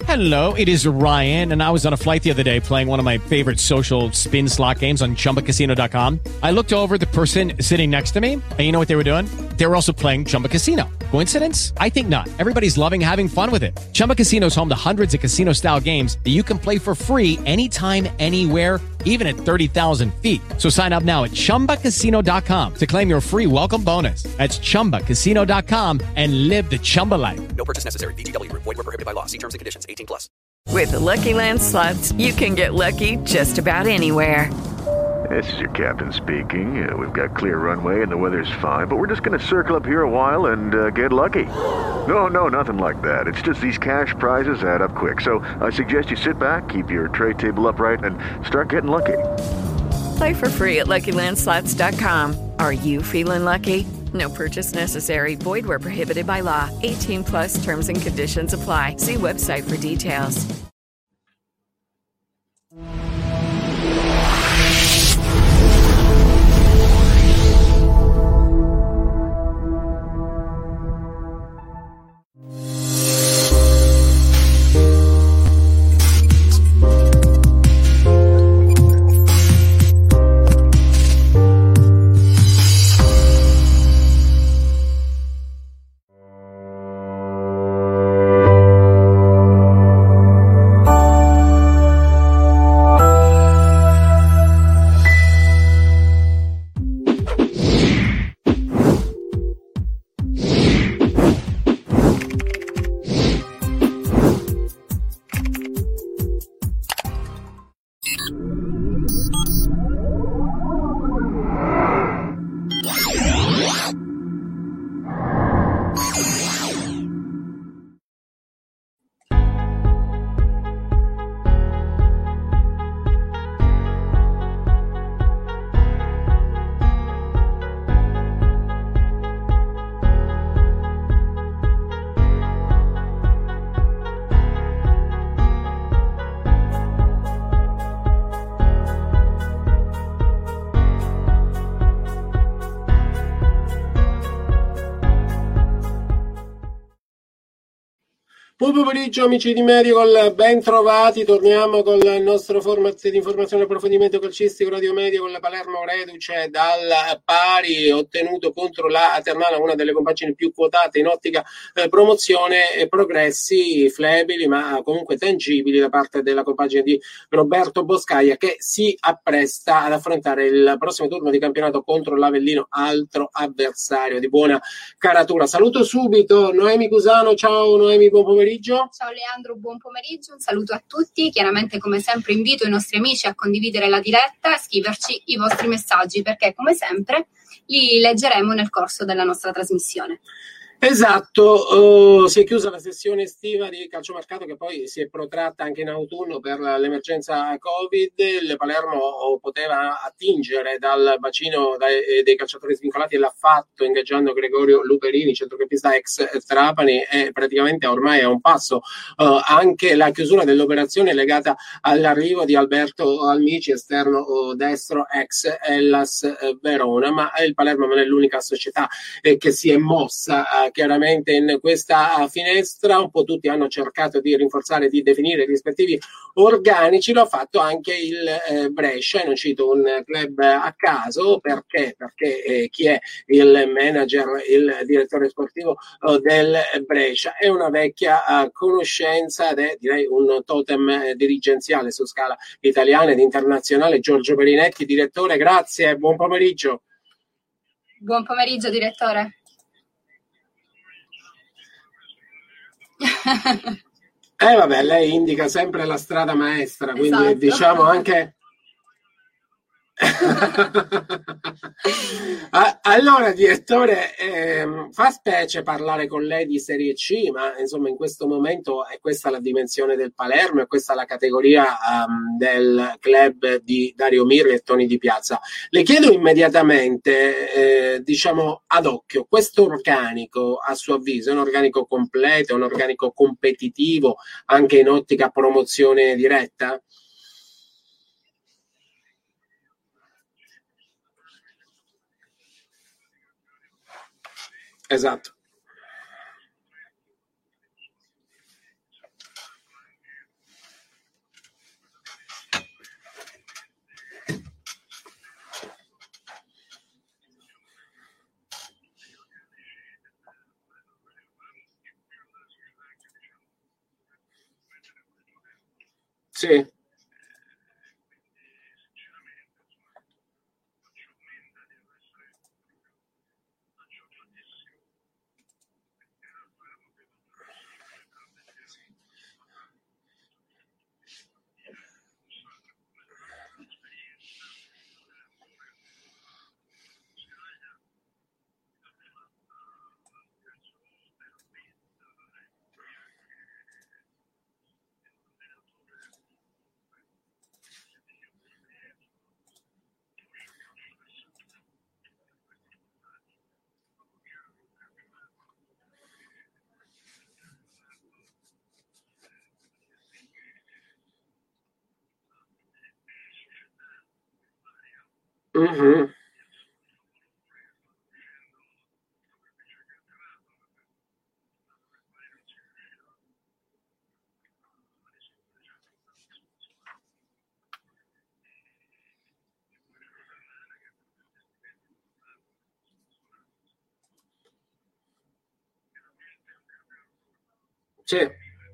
Hello, it is Ryan, and I was on a flight the other day playing one of my favorite social spin slot games on ChumbaCasino.com. I looked over at the person sitting next to me, and you know what they were doing? They were also playing Chumba Casino. Coincidence? I think not. Everybody's loving having fun with it. Chumba Casino is home to hundreds of casino-style games that you can play for free anytime, anywhere, even at 30,000 feet. So sign up now at ChumbaCasino.com to claim your free welcome bonus. That's ChumbaCasino.com and live the Chumba life. No purchase necessary. VGW. Void were prohibited by law. See terms and conditions. 18+. With the Lucky Land Slots, you can get lucky just about anywhere. This is your captain speaking. We've got clear runway and the weather's fine, but we're just going to circle up here a while and get lucky. No, nothing like that. It's just these cash prizes add up quick. So I suggest you sit back, keep your tray table upright, and start getting lucky. Play for free at LuckyLandSlots.com. Are you feeling lucky? No purchase necessary. Void where prohibited by law. 18+ terms and conditions apply. See website for details. Buon pomeriggio amici di Medical, ben trovati, torniamo con il nostro format di informazione e approfondimento calcistico Radio Media con la Palermo reduce dal pari ottenuto contro la Ternana, una delle compagini più quotate in ottica promozione, e progressi flebili ma comunque tangibili da parte della compagine di Roberto Boscaia, che si appresta ad affrontare il prossimo turno di campionato contro l'Avellino, altro avversario di buona caratura. Saluto subito Noemi Cusano. Ciao Noemi, buon pomeriggio. Ciao Leandro, buon pomeriggio, un saluto a tutti. Chiaramente come sempre invito i nostri amici a condividere la diretta e a scriverci i vostri messaggi, perché come sempre li leggeremo nel corso della nostra trasmissione. Esatto, si è chiusa la sessione estiva di calciomercato che poi si è protratta anche in autunno per l'emergenza Covid. Il Palermo poteva attingere dal bacino dei calciatori svincolati e l'ha fatto ingaggiando Gregorio Luperini, centrocampista ex Trapani, e praticamente ormai è un passo anche la chiusura dell'operazione legata all'arrivo di Alberto Almici, esterno destro ex Hellas Verona, ma il Palermo non è l'unica società che si è mossa chiaramente in questa finestra. Un po' tutti hanno cercato di rinforzare, di definire i rispettivi organici, lo ha fatto anche il Brescia, e non cito un club a caso perché chi è il manager, il direttore sportivo del Brescia è una vecchia conoscenza ed è direi un totem dirigenziale su scala italiana ed internazionale. Giorgio Perinetti, direttore, grazie, buon pomeriggio. Buon pomeriggio direttore. Vabbè, lei indica sempre la strada maestra, quindi esatto. Diciamo anche allora direttore, fa specie parlare con lei di Serie C, ma insomma in questo momento è questa la dimensione del Palermo, è questa la categoria del club di Dario Mirri e Toni Di Piazza. Le chiedo immediatamente, diciamo ad occhio, questo organico a suo avviso è un organico completo, è un organico competitivo anche in ottica promozione diretta? Esatto. Sì. Mm-hmm. Sì.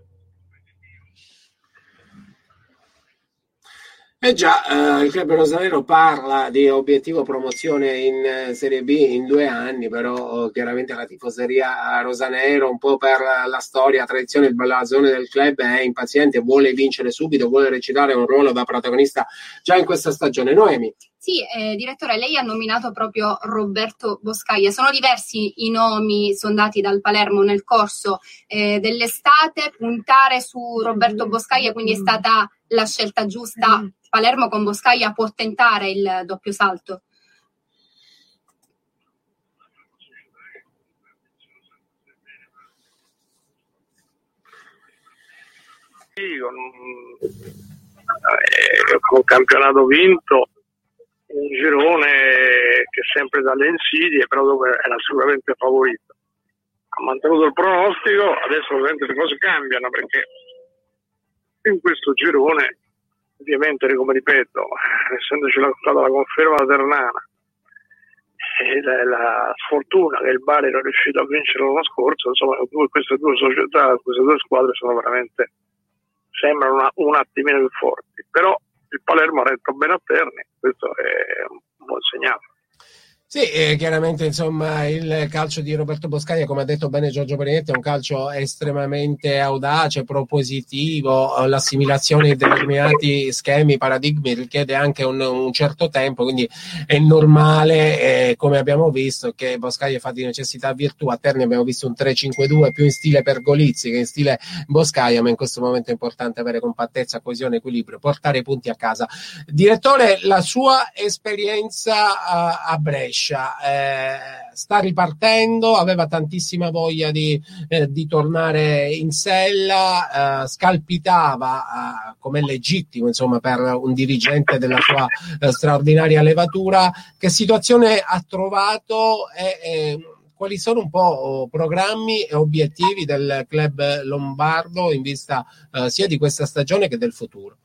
Già, il club rosanero parla di obiettivo promozione in Serie B in 2 anni, però chiaramente la tifoseria rosanero, un po' per la storia, la tradizione, il blasone del club, è impaziente, vuole vincere subito, vuole recitare un ruolo da protagonista già in questa stagione. Noemi. Sì, direttore, lei ha nominato proprio Roberto Boscaglia. Sono diversi i nomi sondati dal Palermo nel corso dell'estate. Puntare su Roberto Boscaglia quindi è stata la scelta giusta. Palermo con Boscaglia può tentare il doppio salto? Sì, con un campionato vinto, un girone che sempre dà le insidie, però dove era sicuramente favorito. Ha mantenuto il pronostico, adesso ovviamente le cose cambiano, perché in questo girone, ovviamente, come ripeto, essendoci stata la conferma da Ternana e la sfortuna che il Bari era riuscito a vincere l'anno scorso, insomma queste due società, queste due squadre sono veramente, sembrano un attimino più forti, però il Palermo ha retto bene a Terni, questo è un buon segnale. Sì, chiaramente insomma il calcio di Roberto Boscaglia, come ha detto bene Giorgio Perinetti, è un calcio estremamente audace, propositivo, l'assimilazione di determinati schemi, paradigmi richiede anche un certo tempo, quindi è normale, come abbiamo visto, che Boscaglia fa di necessità virtù. A Terni abbiamo visto un 3-5-2 più in stile Pergolizzi che in stile Boscaglia, ma in questo momento è importante avere compattezza, coesione, equilibrio, portare i punti a casa. Direttore, la sua esperienza a Brescia, sta ripartendo, aveva tantissima voglia di tornare in sella, scalpitava come legittimo insomma per un dirigente della sua straordinaria levatura. Che situazione ha trovato e quali sono un po' programmi e obiettivi del club lombardo in vista sia di questa stagione che del futuro?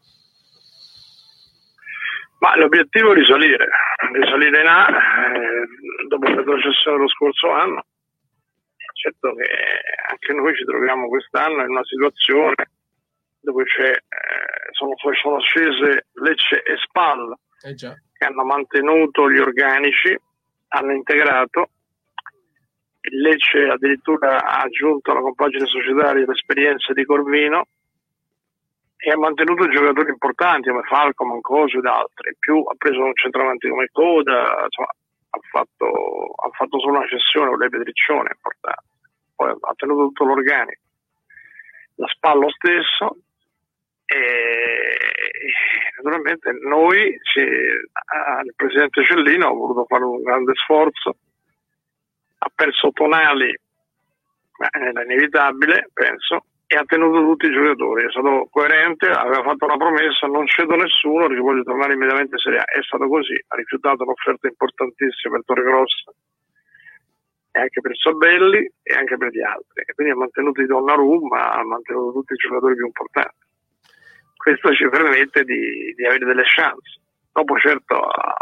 Ma l'obiettivo è risalire in A dopo la retrocessione dello scorso anno. Certo che anche noi ci troviamo quest'anno in una situazione dove sono scese Lecce e Spal, che hanno mantenuto gli organici, hanno integrato. Il Lecce addirittura ha aggiunto alla compagine societaria l'esperienza di Corvino e ha mantenuto giocatori importanti come Falco, Mancoso ed altri. In più ha preso un centravanti come Coda, insomma, ha fatto solo una cessione con le Petriccione importante. Poi ha tenuto tutto l'organico. La Spal lo stesso, e naturalmente noi, il presidente Cellino ha voluto fare un grande sforzo, ha perso Tonali, ma era inevitabile, penso, e ha tenuto tutti i giocatori, è stato coerente, aveva fatto una promessa: non cedo nessuno perché voglio tornare immediatamente in Serie A. È stato così, ha rifiutato un'offerta importantissima per Torregrossa e anche per Sabelli e anche per gli altri, e quindi ha mantenuto i Donnarumma, ha mantenuto tutti i giocatori più importanti. Questo ci permette di avere delle chance. Dopo certo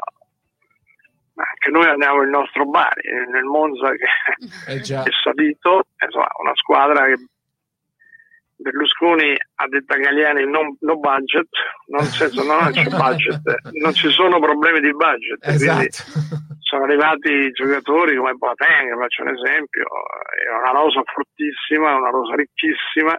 anche noi andiamo il nostro Bari nel Monza che è salito, insomma, una squadra che Berlusconi ha detto a Galliani no budget, non c'è budget, non ci sono problemi di budget, quindi sono arrivati giocatori come Boateng, faccio un esempio, è una rosa fortissima, una rosa ricchissima,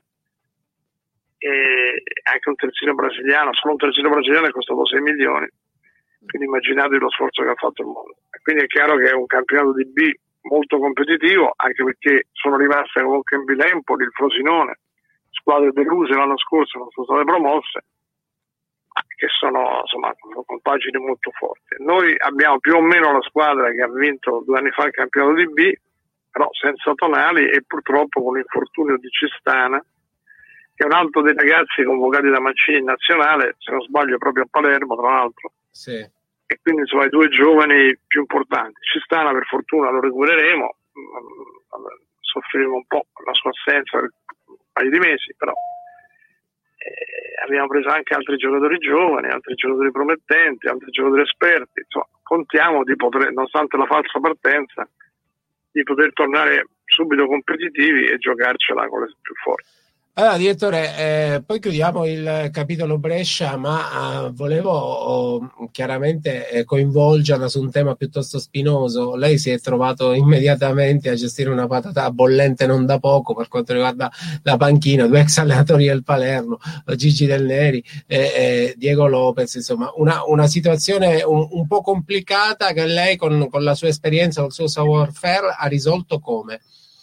e anche un terzino brasiliano, solo un terzino brasiliano è costato 6 milioni, quindi immaginatevi lo sforzo che ha fatto il mondo. Quindi è chiaro che è un campionato di B molto competitivo, anche perché sono rimaste comunque in Empoli, il Frosinone, squadre deluse l'anno scorso, non sono state promosse, che sono insomma con pagine molto forti. Noi abbiamo più o meno la squadra che ha vinto 2 anni fa il campionato di B, però senza Tonali e purtroppo con l'infortunio di Cistana, che è un altro dei ragazzi convocati da Mancini in nazionale, se non sbaglio proprio a Palermo tra l'altro. Sì. E quindi insomma i 2 giovani più importanti. Cistana per fortuna lo recupereremo, soffriremo un po' la sua assenza per un paio di mesi, però abbiamo preso anche altri giocatori giovani, altri giocatori promettenti, altri giocatori esperti, insomma contiamo di poter, nonostante la falsa partenza, di poter tornare subito competitivi e giocarcela con le più forti. Allora, direttore, poi chiudiamo il capitolo Brescia, ma volevo chiaramente coinvolgerla su un tema piuttosto spinoso. Lei si è trovato immediatamente a gestire una patata bollente non da poco per quanto riguarda la panchina, 2 ex allenatori del Palermo, Gigi Del Neri e Diego Lopez, insomma una situazione un po' complicata che lei con la sua esperienza, col suo savoir-faire ha risolto come?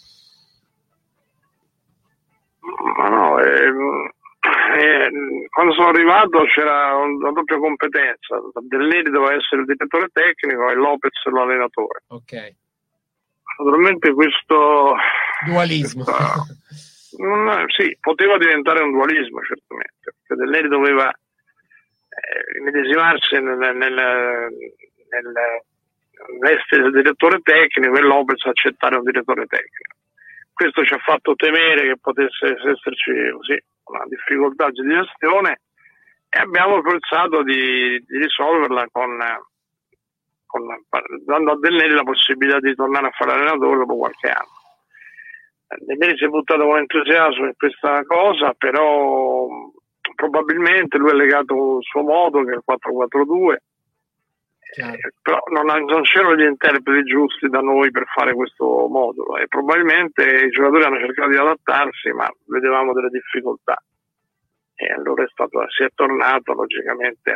Ma no, quando sono arrivato c'era una doppia competenza. Del Neri doveva essere il direttore tecnico e Lopez l'allenatore. Ok. Naturalmente questo dualismo sì, poteva diventare un dualismo certamente, perché Del Neri doveva medesimarsi nel veste del direttore tecnico e Lopez accettare un direttore tecnico. Questo ci ha fatto temere che potesse esserci così una difficoltà di gestione e abbiamo pensato di risolverla dando a Del Neri la possibilità di tornare a fare allenatore dopo qualche anno. Del Neri si è buttato con entusiasmo in questa cosa, però probabilmente lui ha legato il suo modo, che è il 4-4-2, però non c'erano gli interpreti giusti da noi per fare questo modulo e probabilmente i giocatori hanno cercato di adattarsi, ma vedevamo delle difficoltà e allora si è tornato logicamente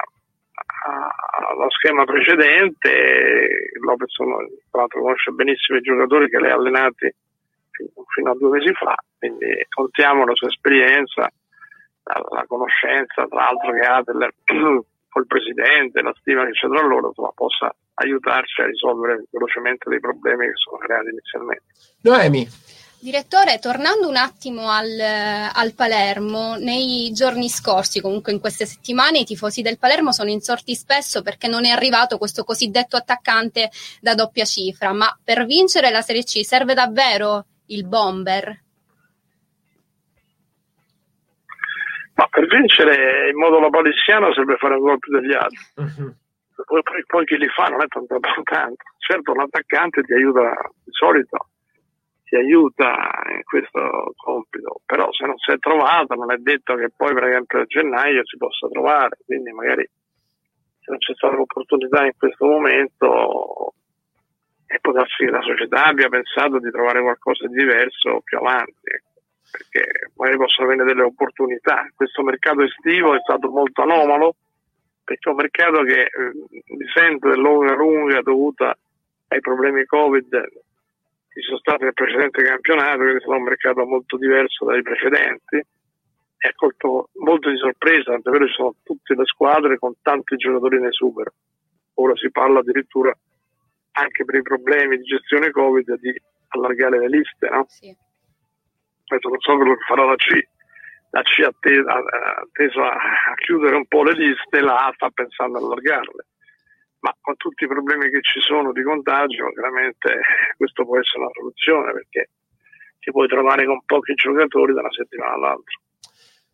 allo schema precedente. Lopez tra l'altro conosce benissimo i giocatori che lei ha allenati fino a 2 mesi fa, quindi contiamo la sua esperienza, la conoscenza tra l'altro che ha col presidente, la stima che c'è tra loro, insomma, possa aiutarci a risolvere velocemente dei problemi che sono creati inizialmente. Noemi. Direttore, tornando un attimo al Palermo, nei giorni scorsi, comunque in queste settimane, i tifosi del Palermo sono insorti spesso perché non è arrivato questo cosiddetto attaccante da doppia cifra, ma per vincere la Serie C serve davvero il bomber? Ma per vincere in modo lapalissiano serve fare un gol più degli altri. Poi chi li fa non è tanto importante. Certo l'attaccante ti aiuta, di solito ti aiuta in questo compito, però se non si è trovato non è detto che poi per esempio a gennaio si possa trovare, quindi magari se non c'è stata l'opportunità in questo momento e può darsi che la società abbia pensato di trovare qualcosa di diverso più avanti, perché magari possono avere delle opportunità. Questo mercato estivo è stato molto anomalo, perché è un mercato che risente dell'onera lunga dovuta ai problemi Covid che sono stati nel precedente campionato, quindi è stato un mercato molto diverso dai precedenti e ha colto molto di sorpresa, tant'è vero ci sono tutte le squadre con tanti giocatori in esubero. Ora si parla addirittura anche per i problemi di gestione Covid di allargare le liste, no? Sì. Non so quello che farà la C ha teso a chiudere un po' le liste, la A sta pensando a allargarle, ma con tutti i problemi che ci sono di contagio chiaramente questo può essere una soluzione, perché ti puoi trovare con pochi giocatori da una settimana all'altra.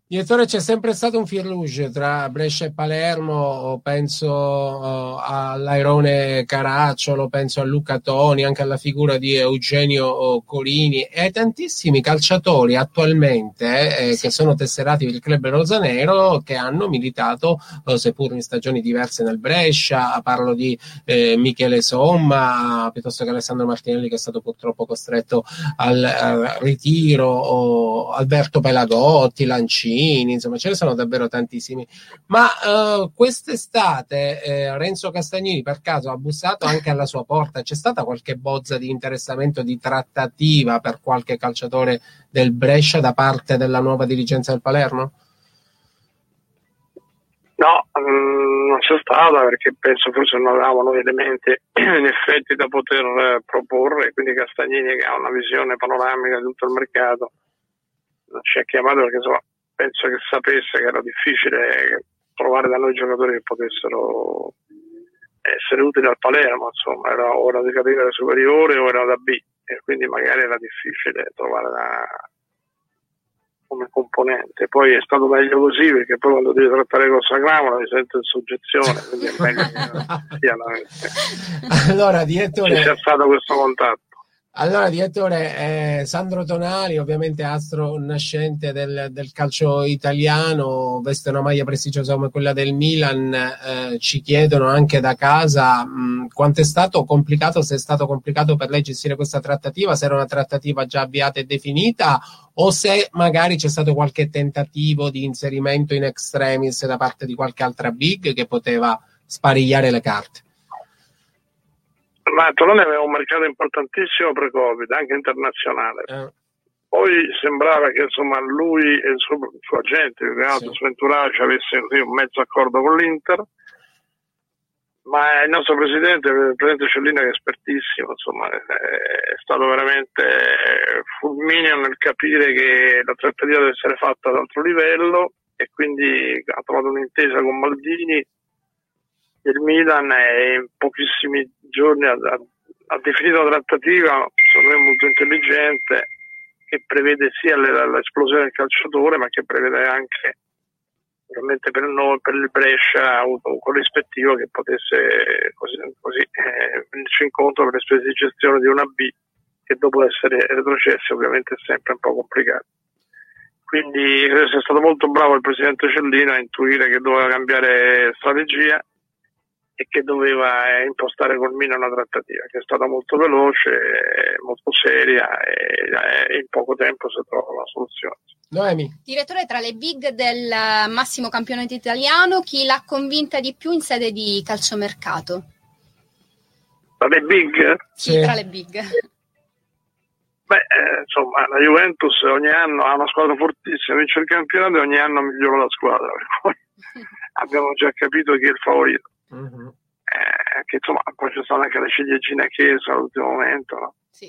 Direttore, c'è sempre stato un fil rouge tra Brescia e Palermo, penso all'Airone Caracciolo, penso a Luca Toni, anche alla figura di Eugenio Colini e ai tantissimi calciatori attualmente che sono tesserati del club rosanero, che hanno militato, seppur in stagioni diverse, nel Brescia. Parlo di Michele Somma, piuttosto che Alessandro Martinelli, che è stato purtroppo costretto al ritiro, o Alberto Pelagotti, Lancini, insomma ce ne sono davvero tantissimi. Ma quest'estate Renzo Castagnini per caso ha bussato anche alla sua porta? C'è stata qualche bozza di interessamento, di trattativa per qualche calciatore del Brescia da parte della nuova dirigenza del Palermo? No, non c'è stata, perché penso forse non avevamo noi elementi in effetti da poter proporre, quindi Castagnini, che ha una visione panoramica di tutto il mercato, non ci ha chiamato perché insomma penso che sapesse che era difficile trovare da noi giocatori che potessero essere utili al Palermo, insomma era ora di categoria superiore o era da B, e quindi magari era difficile trovare come componente. Poi è stato meglio così, perché poi quando devi trattare con Sacramolo mi sento in soggezione, quindi è meglio che allora, direttore, ci sia stato questo contatto. Allora, direttore, Sandro Tonali, ovviamente astro nascente del calcio italiano, veste una maglia prestigiosa come quella del Milan, ci chiedono anche da casa quanto è stato complicato, se è stato complicato per lei gestire questa trattativa, se era una trattativa già avviata e definita, o se magari c'è stato qualche tentativo di inserimento in extremis da parte di qualche altra big che poteva sparigliare le carte. Ma Tonali aveva un mercato importantissimo pre-Covid, anche internazionale. Poi sembrava che insomma lui e il suo agente, il suo entourage, avesse un mezzo accordo con l'Inter, ma il nostro presidente, il presidente Cellina, che è espertissimo, insomma, è stato veramente fulmineo nel capire che la trattativa deve essere fatta ad altro livello, e quindi ha trovato un'intesa con Maldini. Il Milan in pochissimi giorni ha definito una trattativa, secondo me molto intelligente, che prevede sia l'esplosione del calciatore, ma che prevede anche, veramente per noi, per il Brescia, un corrispettivo che potesse così venirci incontro per le spese di gestione di una B, che dopo essere retrocessi ovviamente è sempre un po' complicato. Quindi credo sia stato molto bravo il presidente Cellino a intuire che doveva cambiare strategia e che doveva impostare col Milan una trattativa che è stata molto veloce, molto seria, e in poco tempo si trova una soluzione. Noemi. Direttore, tra le big del massimo campionato italiano, chi l'ha convinta di più in sede di calciomercato? Tra le big? Sì, tra le big. Insomma, la Juventus ogni anno ha una squadra fortissima, vince il campionato e ogni anno migliora la squadra, per cui abbiamo già capito chi è il favorito. Che insomma poi c'è stata anche la ciliegina Chiesa all'ultimo momento, no? Sì.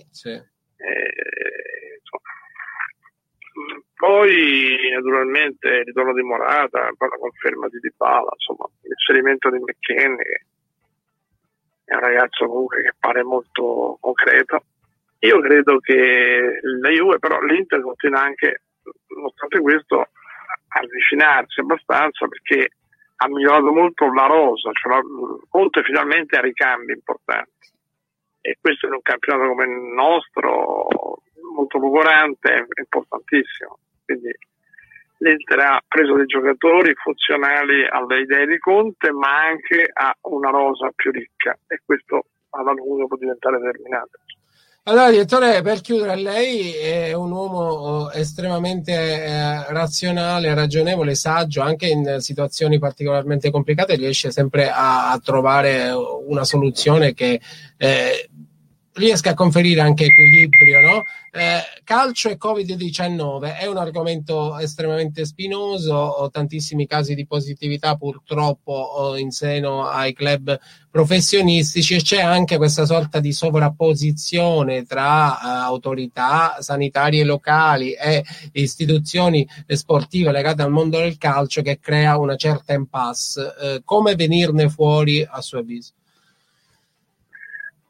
Poi naturalmente il ritorno di Morata, poi la conferma di Dybala, insomma l'inserimento di McKennie, che è un ragazzo comunque che pare molto concreto. Io credo che la Juve, però l'Inter continua anche, nonostante questo, a avvicinarsi abbastanza, perché ha migliorato molto la rosa, cioè Conte finalmente ha ricambi importanti, e questo in un campionato come il nostro, molto popolante, è importantissimo. Quindi l'Inter ha preso dei giocatori funzionali alle idee di Conte, ma anche ha una rosa più ricca, e questo alla lunga può diventare determinante. Allora, direttore, per chiudere, lei è un uomo estremamente razionale, ragionevole, saggio, anche in situazioni particolarmente complicate riesce sempre a trovare una soluzione che riesca a conferire anche equilibrio, no? Calcio e Covid-19 è un argomento estremamente spinoso, ho tantissimi casi di positività purtroppo in seno ai club professionistici, e c'è anche questa sorta di sovrapposizione tra autorità sanitarie locali e istituzioni sportive legate al mondo del calcio, che crea una certa impasse. Come venirne fuori, a suo avviso?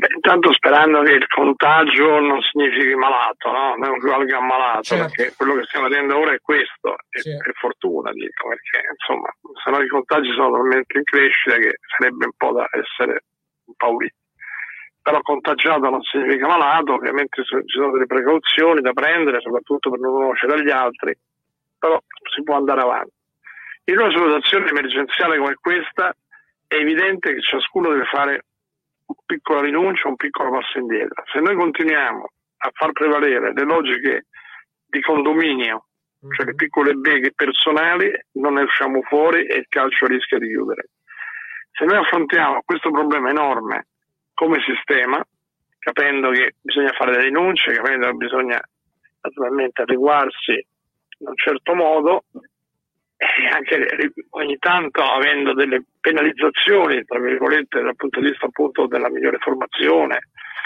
Intanto sperando che il contagio non significhi malato, no? Non qualche ammalato, certo. Perché quello che stiamo vedendo ora è questo, Sì. per fortuna dico, perché insomma, se no i contagi sono talmente in crescita che sarebbe un po' da essere impauriti. Però contagiato non significa malato, ovviamente ci sono delle precauzioni da prendere, soprattutto per non conoscere gli altri, però si può andare avanti. In una situazione emergenziale come questa è evidente che ciascuno deve fare un piccolo rinuncia, un piccolo passo indietro. Se noi continuiamo a far prevalere le logiche di condominio, cioè le piccole beghe personali, non ne usciamo fuori e il calcio rischia di chiudere. Se noi affrontiamo questo problema enorme come sistema, capendo che bisogna fare delle rinunce, capendo che bisogna naturalmente adeguarsi in un certo modo, e anche ogni tanto avendo delle penalizzazioni, tra virgolette, dal punto di vista appunto della migliore formazione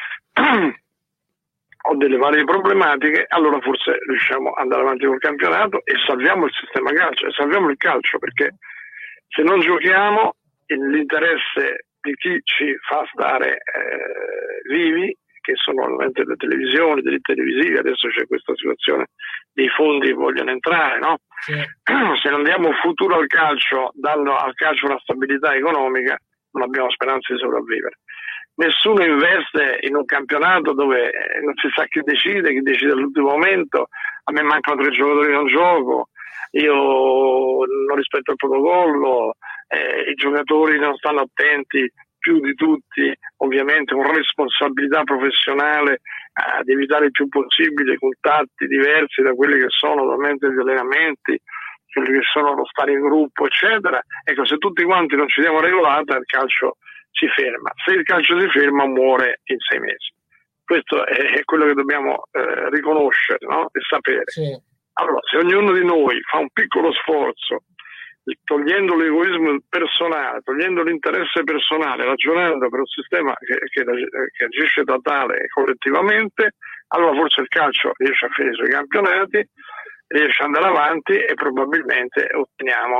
o delle varie problematiche, allora forse riusciamo ad andare avanti col campionato e salviamo il sistema calcio, e salviamo il calcio, perché se non giochiamo l'interesse di chi ci fa stare vivi, che sono ovviamente le televisioni, i diritti televisivi, adesso c'è questa situazione dei fondi che vogliono entrare, no? Sì. Se non diamo un futuro al calcio, dando al calcio una stabilità economica, non abbiamo speranza di sopravvivere. Nessuno investe in un campionato dove non si sa chi decide all'ultimo momento. A me mancano 3 giocatori in un gioco, io non rispetto il protocollo, i giocatori non stanno attenti più di tutti, ovviamente con responsabilità professionale, ad evitare il più possibile contatti diversi da quelli che sono normalmente gli allenamenti, quelli che sono lo stare in gruppo, eccetera. Ecco, se tutti quanti non ci diamo regolata, il calcio si ferma. Se il calcio si ferma, muore in 6 mesi. Questo è quello che dobbiamo riconoscere, no? E sapere. Sì. Allora, se ognuno di noi fa un piccolo sforzo, togliendo l'egoismo personale, togliendo l'interesse personale, ragionando per un sistema che agisce da tale e collettivamente, allora forse il calcio riesce a finire i suoi campionati, riesce ad andare avanti e probabilmente otteniamo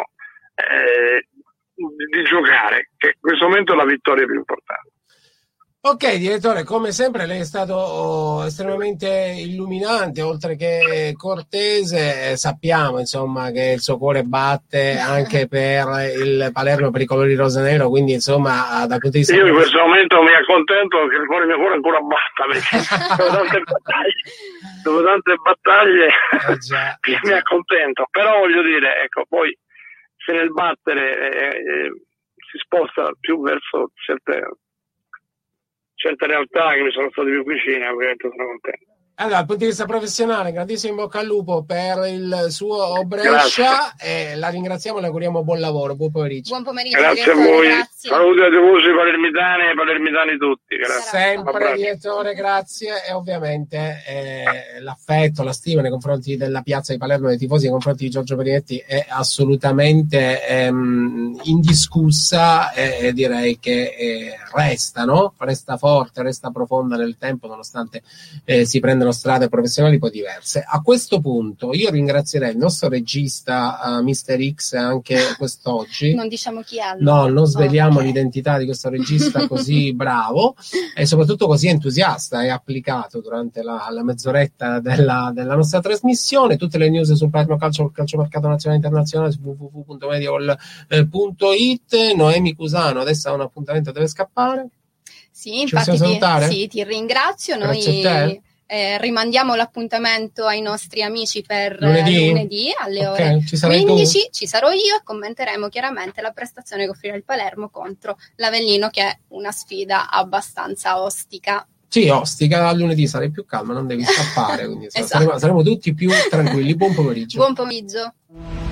di giocare, che in questo momento è la vittoria più importante. Ok, direttore, come sempre lei è stato estremamente illuminante, oltre che cortese. Sappiamo insomma che il suo cuore batte anche per il Palermo, per i colori rosanero, quindi insomma dal punto di vista... Io in questo momento mi accontento che il mio cuore ancora batta, perché dopo tante battaglie mi accontento, però voglio dire, ecco, poi se nel battere si sposta più verso certe realtà che mi sono state più vicine, ovviamente sono contento. Allora, dal punto di vista professionale, grandissimo in bocca al lupo per il suo Brescia. La ringraziamo e le auguriamo buon lavoro, buon pomeriggio. Buon pomeriggio. Grazie a voi, saluti a tifosi palermitani e palermitani tutti. Grazie. Sempre direttore, grazie. E ovviamente l'affetto, la stima nei confronti della piazza di Palermo, dei tifosi nei confronti di Giorgio Perinetti è assolutamente indiscussa, e direi che resta forte, resta profonda nel tempo, nonostante si prendano strade professionali un po' diverse. A questo punto io ringrazierei il nostro regista Mister X anche quest'oggi. Non diciamo chi è. No, non sveliamo l'identità di questo regista così bravo e soprattutto così entusiasta e applicato durante la mezz'oretta della nostra trasmissione. Tutte le news sul Palermo Calcio, calciomercato nazionale e internazionale su www.mediol.it. Noemi Cusano adesso ha un appuntamento, deve scappare. Sì, infatti ti ringrazio. Noi rimandiamo l'appuntamento ai nostri amici per lunedì alle ore 15. Ci sarò io e commenteremo chiaramente la prestazione che offrirà il Palermo contro l'Avellino, che è una sfida abbastanza ostica. Sì, ostica. Lunedì sarai più calma, non devi scappare, quindi esatto. saremo tutti più tranquilli. Buon pomeriggio. Buon pomeriggio.